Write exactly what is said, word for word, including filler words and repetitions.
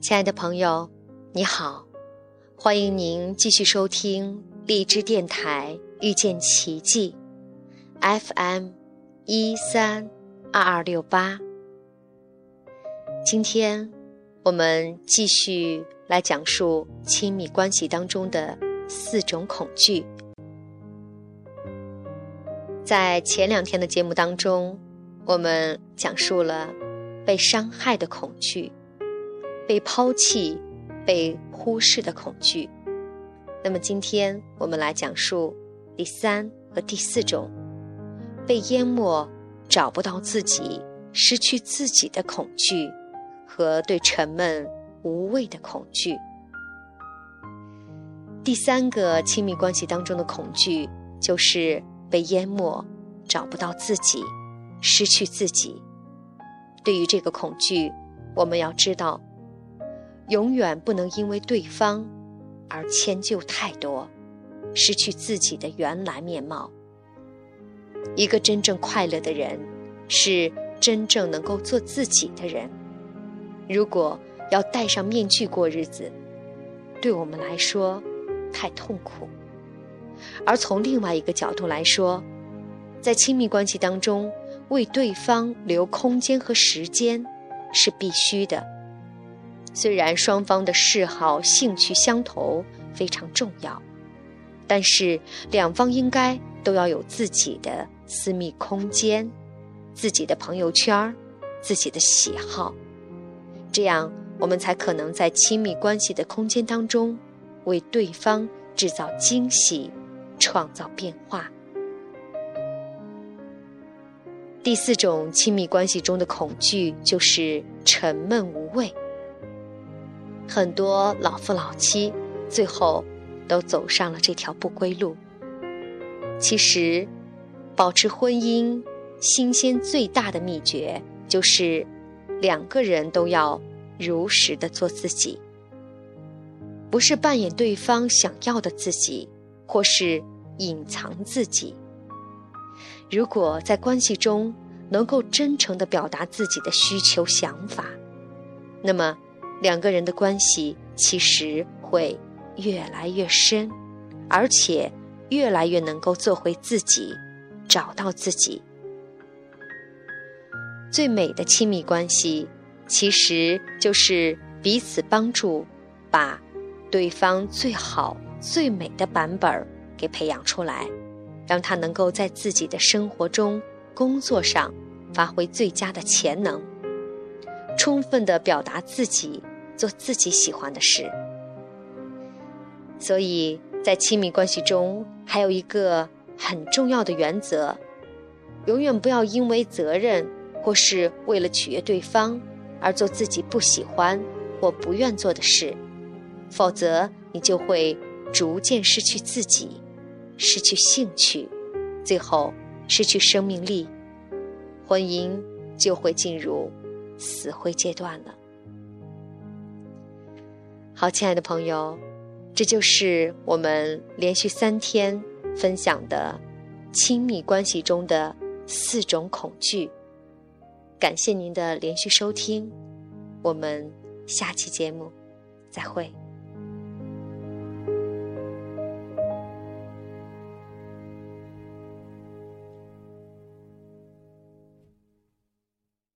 亲爱的朋友，你好，欢迎您继续收听荔枝电台遇见奇迹 F M 一三二二六八。今天我们继续来讲述亲密关系当中的四种恐惧。在前两天的节目当中，我们讲述了被伤害的恐惧，被抛弃、被忽视的恐惧。那么今天我们来讲述第三和第四种，被淹没、找不到自己、失去自己的恐惧和对沉闷无味的恐惧。第三个亲密关系当中的恐惧就是被淹没，找不到自己，失去自己。对于这个恐惧，我们要知道，永远不能因为对方而迁就太多，失去自己的原来面貌。一个真正快乐的人，是真正能够做自己的人。如果要戴上面具过日子，对我们来说太痛苦。而从另外一个角度来说，在亲密关系当中，为对方留空间和时间是必须的。虽然双方的嗜好、兴趣相投非常重要，但是两方应该都要有自己的私密空间，自己的朋友圈，自己的喜好，这样我们才可能在亲密关系的空间当中为对方制造惊喜，创造变化。第四种亲密关系中的恐惧就是沉闷无味。很多老夫老妻最后都走上了这条不归路。其实保持婚姻新鲜最大的秘诀就是两个人都要如实的做自己，不是扮演对方想要的自己，或是隐藏自己。如果在关系中能够真诚地表达自己的需求想法，那么两个人的关系其实会越来越深，而且越来越能够做回自己，找到自己。最美的亲密关系其实就是彼此帮助，把对方最好最美的版本给培养出来，让他能够在自己的生活中、工作上发挥最佳的潜能，充分地表达自己，做自己喜欢的事。所以在亲密关系中还有一个很重要的原则，永远不要因为责任或是为了取悦对方而做自己不喜欢或不愿做的事，否则你就会逐渐失去自己，失去兴趣，最后失去生命力，婚姻就会进入死灰阶段了。好，亲爱的朋友，这就是我们连续三天分享的亲密关系中的四种恐惧。感谢您的连续收听，我们下期节目再会。